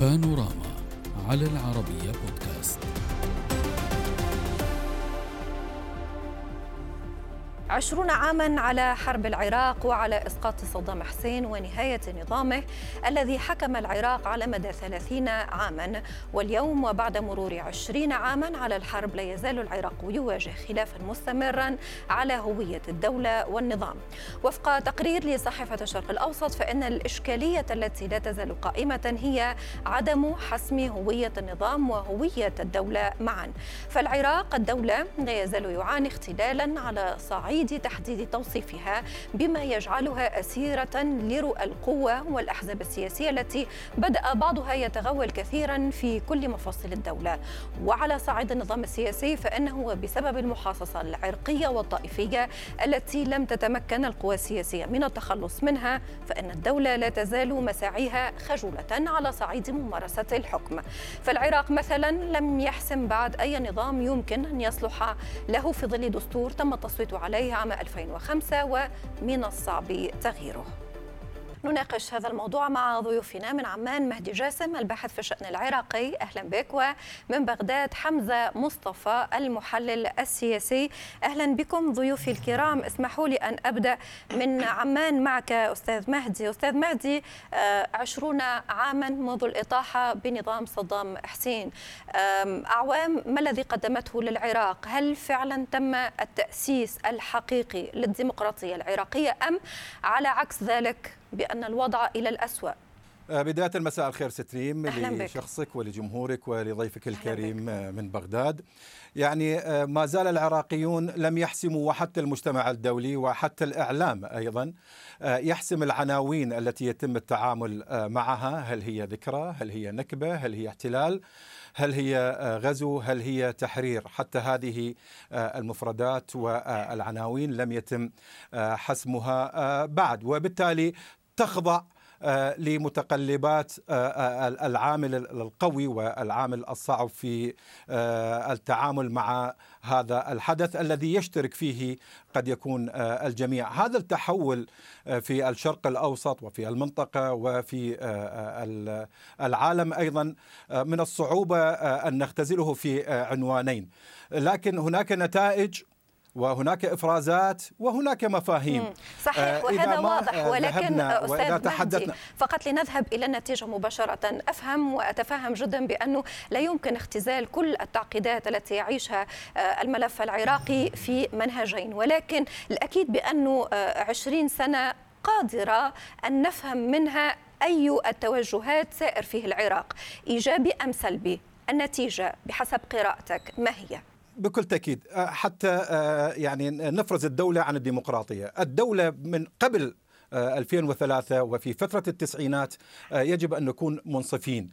بانوراما على العربية بودكاست. 20 عاماً على حرب العراق وعلى إسقاط صدام حسين ونهاية نظامه الذي حكم العراق على مدى 30 عاماً، واليوم وبعد مرور 20 عاماً على الحرب لا يزال العراق يواجه خلافاً مستمراً على هوية الدولة والنظام. وفق تقرير لصحيفة الشرق الأوسط فإن الإشكالية التي لا تزال قائمة هي عدم حسم هوية النظام وهوية الدولة معاً. فالعراق الدولة لا يزال يعاني اختلالاً على صعيد تحديد توصيفها، بما يجعلها أسيرة لرؤى القوة والأحزاب السياسية التي بدأ بعضها يتغول كثيرا في كل مفاصل الدولة. وعلى صعيد النظام السياسي فإنه بسبب المحاصصة العرقية والطائفية التي لم تتمكن القوى السياسية من التخلص منها، فإن الدولة لا تزال مساعيها خجولة على صعيد ممارسة الحكم. فالعراق مثلا لم يحسم بعد أي نظام يمكن أن يصلح له في ظل دستور تم التصويت عليه عام 2005 ومن الصعب تغييره. نناقش هذا الموضوع مع ضيوفنا من عمان مهدي جاسم الباحث في الشأن العراقي، أهلا بك، ومن بغداد حمزة مصطفى المحلل السياسي. أهلا بكم ضيوفي الكرام. اسمحوا لي أن أبدأ من عمان معك أستاذ مهدي. أستاذ مهدي، 20 عاما منذ الإطاحة بنظام صدام حسين، أعوام ما الذي قدمته للعراق؟ هل فعلا تم التأسيس الحقيقي للديمقراطية العراقية أم على عكس ذلك بأن الوضع إلى الأسوأ؟ بداية المساء الخير ستريم لشخصك ولجمهورك ولضيفك الكريم من بغداد. يعني ما زال العراقيون لم يحسموا، وحتى المجتمع الدولي وحتى الإعلام أيضا يحسم العناوين التي يتم التعامل معها. هل هي ذكرى؟ هل هي نكبة؟ هل هي احتلال؟ هل هي غزو؟ هل هي تحرير؟ حتى هذه المفردات والعناوين لم يتم حسمها بعد، وبالتالي تخضع لمتقلبات العامل القوي والعامل الصعب في التعامل مع هذا الحدث الذي يشترك فيه قد يكون الجميع. هذا التحول في الشرق الأوسط وفي المنطقة وفي العالم أيضا من الصعوبة أن نختزله في عنوانين، لكن هناك نتائج وهناك إفرازات وهناك مفاهيم. صحيح، وهذا واضح، ولكن أستاذ مهدي فقط لنذهب إلى النتيجة مباشرة. أفهم وأتفهم جدا بأنه لا يمكن اختزال كل التعقيدات التي يعيشها الملف العراقي في منهجين، ولكن الأكيد بأنه 20 سنة قادرة أن نفهم منها أي التوجهات سائر فيه العراق، إيجابي أم سلبي. النتيجة بحسب قراءتك ما هي؟ بكل تأكيد حتى يعني نفرز الدولة عن الديمقراطية. الدولة من قبل 2003 وفي فترة التسعينات يجب أن نكون منصفين.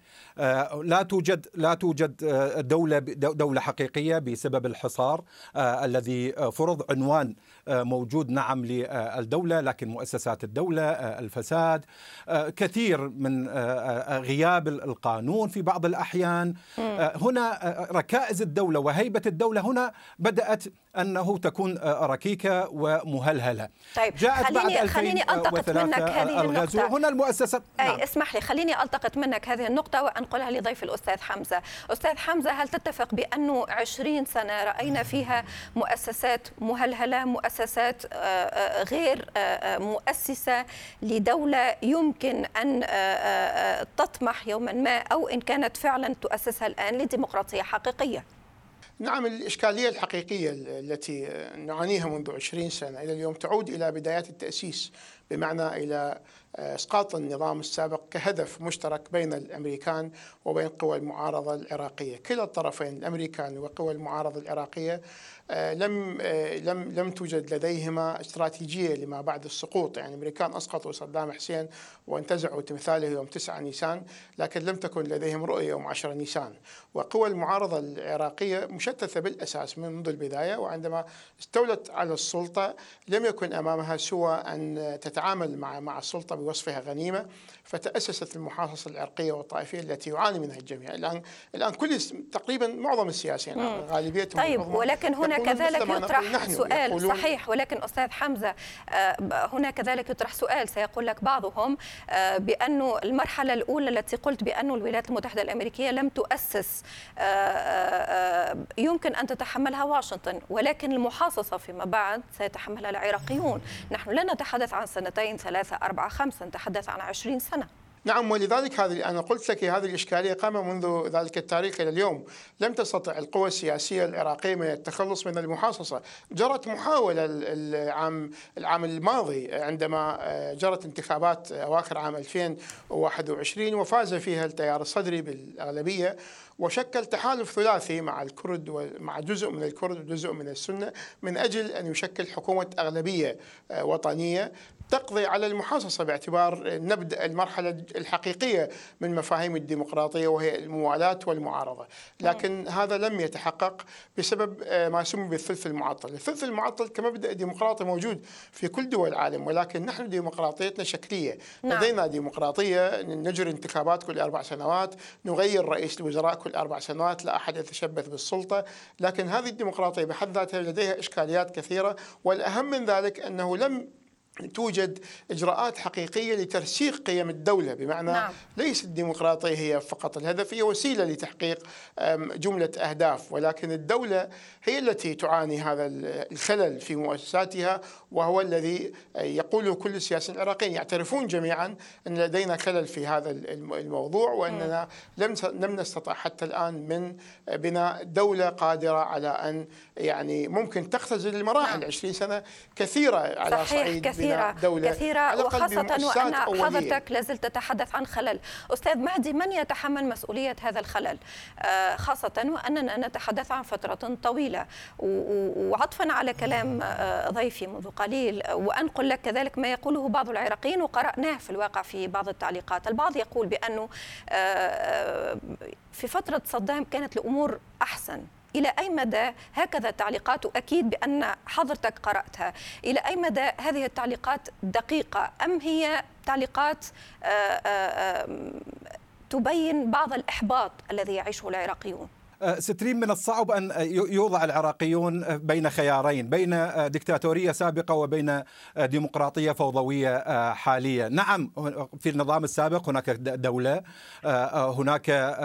لا توجد دولة حقيقية بسبب الحصار الذي فرض. عنوان موجود نعم للدولة، لكن مؤسسات الدولة، الفساد، كثير من غياب القانون في بعض الأحيان. هنا ركائز الدولة وهيبة الدولة هنا بدأت أنه تكون ركيكة ومهلهلة. طيب خليني ألتقط منك هذه النقطة. هنا المؤسسات نعم. اسمح لي، خليني ألتقط منك هذه النقطة وأنقلها لضيف الأستاذ حمزة. أستاذ حمزة، هل تتفق بأنه 20 سنة رأينا فيها مؤسسات مهلهلة، مؤسسات غير مؤسسة لدولة يمكن أن تطمح يوما ما، أو إن كانت فعلا تؤسسها الآن، لديمقراطية حقيقية؟ نعم، الإشكالية الحقيقية التي نعانيها منذ 20 سنة إلى اليوم تعود إلى بدايات التأسيس، بمعنى إلى إسقاط النظام السابق كهدف مشترك بين الأمريكان وبين قوى المعارضة العراقية. كلا الطرفين، الأمريكان وقوى المعارضة العراقية، لم توجد لديهما استراتيجية لما بعد السقوط. يعني الأمريكان أسقطوا صدام حسين وانتزعوا تمثاله يوم 9 نيسان، لكن لم تكن لديهم رؤية يوم 10 نيسان. وقوى المعارضة العراقية مشتتة بالأساس منذ البداية، وعندما استولت على السلطة لم يكن أمامها سوى أن تتعامل مع السلطة بوصفها غنيمة، فتأسست المحاصصة العرقية والطائفية التي يعاني منها الجميع. الآن تقريبا معظم السياسيين غالبيتهم. طيب، ولكن هنا كذلك يطرح سؤال، صحيح، ولكن أستاذ حمزة هنا كذلك يطرح سؤال، سيقول لك بعضهم بأن المرحلة الأولى التي قلت بأن الولايات المتحدة الأمريكية لم تؤسس يمكن أن تتحملها واشنطن، ولكن المحاصصة فيما بعد سيتحملها العراقيون. نحن لا نتحدث عن 2 3 4 5، نتحدث عن 20 سنة. نعم، ولذلك أنا قلت لك هذه الإشكالية قامة منذ ذلك التاريخ إلى اليوم. لم تستطع القوى السياسية العراقية من التخلص من المحاصصة. جرت محاولة العام الماضي عندما جرت انتخابات أواخر عام 2021 وفاز فيها التيار الصدري بالأغلبية، وشكل تحالف ثلاثي مع الكرد ومع جزء من الكرد وجزء من السنة من أجل أن يشكل حكومة أغلبية وطنية تقضي على المحاصصة، باعتبار نبدأ المرحلة الحقيقية من مفاهيم الديمقراطية وهي الموالاة والمعارضة. لكن هذا لم يتحقق بسبب ما سمي بالثلث المعطل. الثلث المعطل كمبدأ ديمقراطي موجود في كل دول العالم، ولكن نحن ديمقراطيتنا شكلية. لدينا ديمقراطية نجري انتخابات كل 4 سنوات، نغير رئيس الوزراء كل 4 سنوات، لا أحد يتشبث بالسلطة. لكن هذه الديمقراطية بحد ذاتها لديها إشكاليات كثيرة، والأهم من ذلك أنه لم توجد إجراءات حقيقية لترسيخ قيم الدولة، بمعنى ليس الديمقراطية هي فقط الهدف، هي وسيلة لتحقيق جملة أهداف، ولكن الدولة هي التي تعاني هذا الخلل في مؤسساتها، وهو الذي يقوله كل السياسيين العراقيين. يعترفون جميعا أن لدينا خلل في هذا الموضوع، وأننا لم نستطع حتى الآن من بناء دولة قادرة على أن ممكن تختزل المراحل. 20 سنة كثيرة على صعيد كثيرة وخاصة وأن حضرتك لازلت تتحدث عن خلل. أستاذ مهدي، من يتحمل مسؤولية هذا الخلل؟ خاصة وأننا نتحدث عن فترة طويلة، وعطفا على كلام ضيفي منذ قليل، وأنقل لك كذلك ما يقوله بعض العراقيين وقرأناه في الواقع في بعض التعليقات. البعض يقول بأنه في فترة صدام كانت الأمور أحسن. إلى أي مدى هكذا التعليقات، وأكيد بأن حضرتك قرأتها، إلى أي مدى هذه التعليقات دقيقة أم هي تعليقات تبين بعض الإحباط الذي يعيشه العراقيون؟ سترين، من الصعب أن يوضع العراقيون بين خيارين، بين ديكتاتورية سابقة وبين ديمقراطية فوضوية حالية. نعم، في النظام السابق هناك دولة، هناك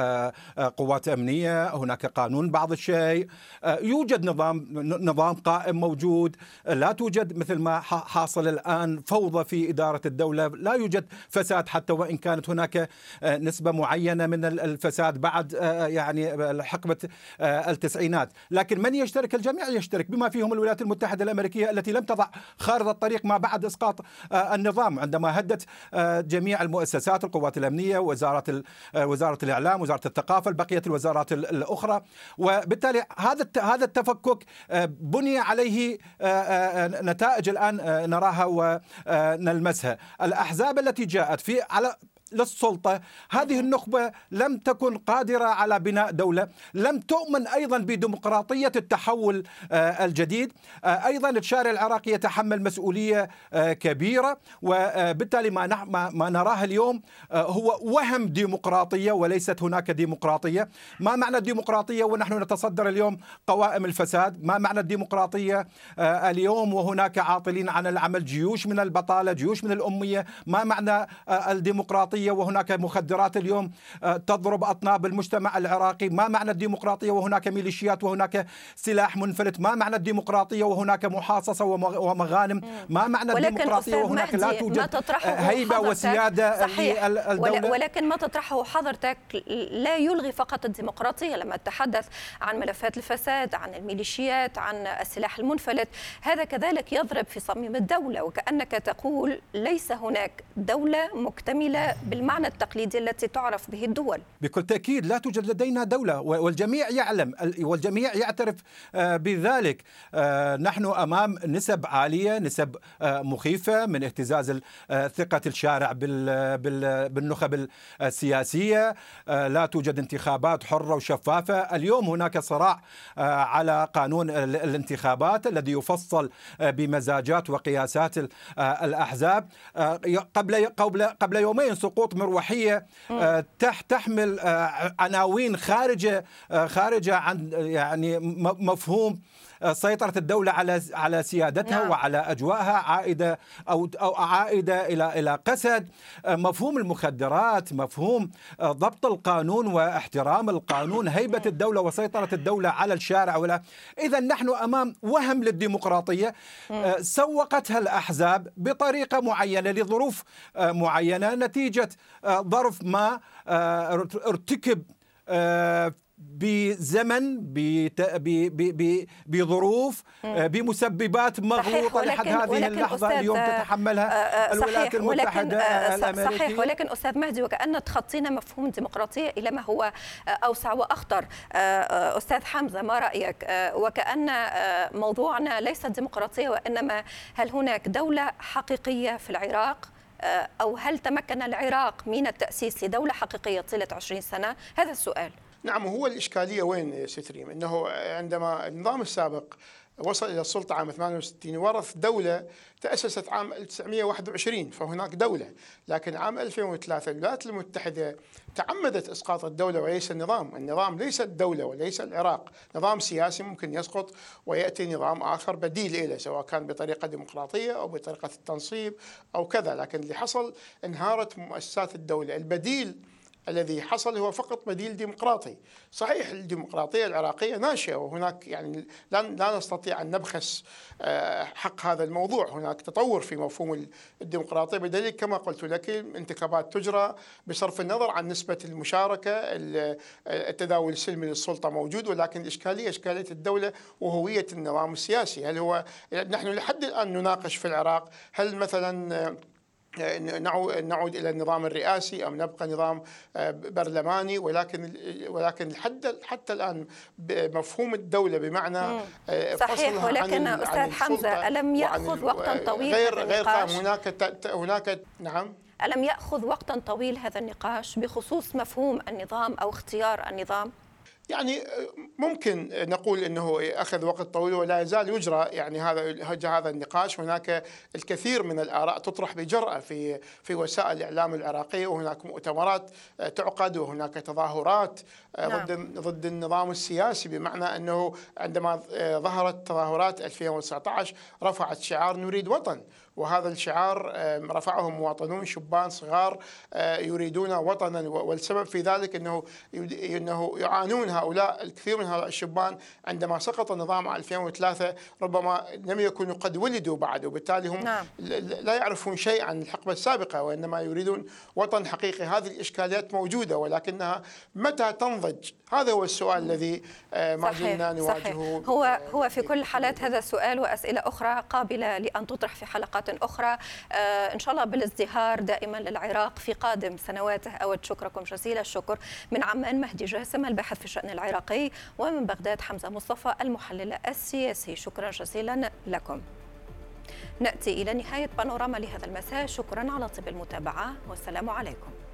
قوات أمنية، هناك قانون بعض الشيء، يوجد نظام قائم موجود. لا توجد مثل ما حاصل الآن فوضى في إدارة الدولة، لا يوجد فساد، حتى وإن كانت هناك نسبة معينة من الفساد بعد حقبة التسعينات. لكن من يشترك؟ الجميع يشترك، بما فيهم الولايات المتحدة الأمريكية التي لم تضع خارطة الطريق ما بعد إسقاط النظام، عندما هدت جميع المؤسسات، القوات الأمنية، وزارة الإعلام، وزارة الثقافة، بقية الوزارات الأخرى. وبالتالي هذا التفكك بني عليه نتائج الآن نراها ونلمسها. الأحزاب التي جاءت على للسلطة، هذه النخبة لم تكن قادرة على بناء دولة، لم تؤمن أيضا بديمقراطية التحول الجديد. أيضا الشارع العراقي يتحمل مسؤولية كبيرة، وبالتالي ما نراه اليوم هو وهم ديمقراطية وليست هناك ديمقراطية. ما معنى الديمقراطية ونحن نتصدر اليوم قوائم الفساد؟ ما معنى الديمقراطية اليوم وهناك عاطلين عن العمل، جيوش من البطالة، جيوش من الأمية؟ ما معنى الديمقراطية وهناك مخدرات اليوم تضرب أطناب المجتمع العراقي؟ ما معنى الديمقراطية وهناك ميليشيات وهناك سلاح منفلت؟ ما معنى الديمقراطية وهناك محاصصة ومغانم؟ ما معنى الديمقراطية وهناك لا توجد هيبة وسيادة للدولة؟ ولكن ما تطرحه حضرتك لا يلغي فقط الديمقراطية. لما تتحدث عن ملفات الفساد، عن الميليشيات، عن السلاح المنفلت، هذا كذلك يضرب في صميم الدولة، وكأنك تقول ليس هناك دولة مكتملة بالمعنى التقليدي التي تعرف به الدول. بكل تأكيد لا توجد لدينا دولة، والجميع يعلم والجميع يعترف بذلك. نحن أمام نسب عالية، نسب مخيفة من اهتزاز ثقة الشارع بالنخب السياسية. لا توجد انتخابات حرة وشفافة. اليوم هناك صراع على قانون الانتخابات الذي يفصل بمزاجات وقياسات الأحزاب. قبل يومين سقوط مروحية تحمل عناوين خارجة عن يعني مفهوم سيطرة الدولة على سيادتها نعم. وعلى أجواءها، عائدة إلى قسد. مفهوم المخدرات، مفهوم ضبط القانون واحترام القانون، هيبة الدولة وسيطرة الدولة على الشارع. إذا نحن أمام وهم للديمقراطية سوقتها الأحزاب بطريقة معينة لظروف معينة نتيجة ظرف ما ارتكب بزمن، بظروف، بمسببات مغلوطة لحد هذه اللحظة اليوم تتحملها الولايات المتحدة الأمريكية. صحيح، ولكن أستاذ مهدي وكأن تخطينا مفهوم الديمقراطية إلى ما هو أوسع وأخطر. أستاذ حمزة، ما رأيك؟ وكأن موضوعنا ليس الديمقراطية وإنما هل هناك دولة حقيقية في العراق، أو هل تمكن العراق من التأسيس لدولة حقيقية طيلة 20 سنة؟ هذا السؤال. نعم، هو الإشكالية وين ستريم؟ أنه عندما النظام السابق وصل إلى السلطة عام 68 ورث دولة تأسست عام 1921، فهناك دولة. لكن عام 2003 الولايات المتحدة تعمدت إسقاط الدولة وليس النظام. النظام ليس الدولة وليس العراق، نظام سياسي ممكن يسقط ويأتي نظام آخر بديل إليه، سواء كان بطريقة ديمقراطية أو بطريقة التنصيب أو كذا. لكن اللي حصل انهارت مؤسسات الدولة. البديل الذي حصل هو فقط بديل ديمقراطي. صحيح الديمقراطية العراقية ناشئة، وهناك يعني لا نستطيع أن نبخس حق هذا الموضوع. هناك تطور في مفهوم الديمقراطية بدليل كما قلت لك انتخابات تجرى بصرف النظر عن نسبة المشاركة، التداول السلمي للسلطة موجود، ولكن الإشكالية إشكالية الدولة وهوية النظام السياسي. هل هو نحن لحد الآن نناقش في العراق هل مثلا نعود إلى النظام الرئاسي أم نبقى نظام برلماني، ولكن حتى الآن مفهوم الدولة بمعنى صحيح. ولكن أستاذ حمزة، ألم يأخذ وقتا طويلا غير قائم هناك نعم، ألم يأخذ وقتا طويل هذا النقاش بخصوص مفهوم النظام أو اختيار النظام؟ يعني ممكن نقول انه اخذ وقت طويل ولا يزال يجرى يعني هذا النقاش. هناك الكثير من الاراء تطرح بجرأة في وسائل الاعلام العراقيه، وهناك مؤتمرات تعقد، وهناك تظاهرات ضد النظام السياسي، بمعنى انه عندما ظهرت تظاهرات 2019 رفعت شعار نريد وطن، وهذا الشعار رفعه مواطنون شبان صغار يريدون وطنا. والسبب في ذلك انه يعانون هؤلاء الكثير من هؤلاء الشبان عندما سقط النظام عام 2003 ربما لم يكونوا قد ولدوا بعد، وبالتالي هم لا يعرفون شيء عن الحقبة السابقة، وإنما يريدون وطن حقيقي. هذه الإشكاليات موجودة، ولكنها متى تنضج؟ هذا هو السؤال الذي ما زلنا نواجهه. هو في كل الحالات هذا السؤال وأسئلة أخرى قابلة لأن تطرح في حلقات أخرى إن شاء الله بالازدهار دائما للعراق في قادم سنواته. أود شكركم جزيل الشكر من عمان مهدي جاسم الباحث في الشأن العراقي، ومن بغداد حمزة مصطفى المحلل السياسي. شكرا جزيلا لكم. نأتي إلى نهاية بانوراما لهذا المساء. شكرا على طيب المتابعة والسلام عليكم.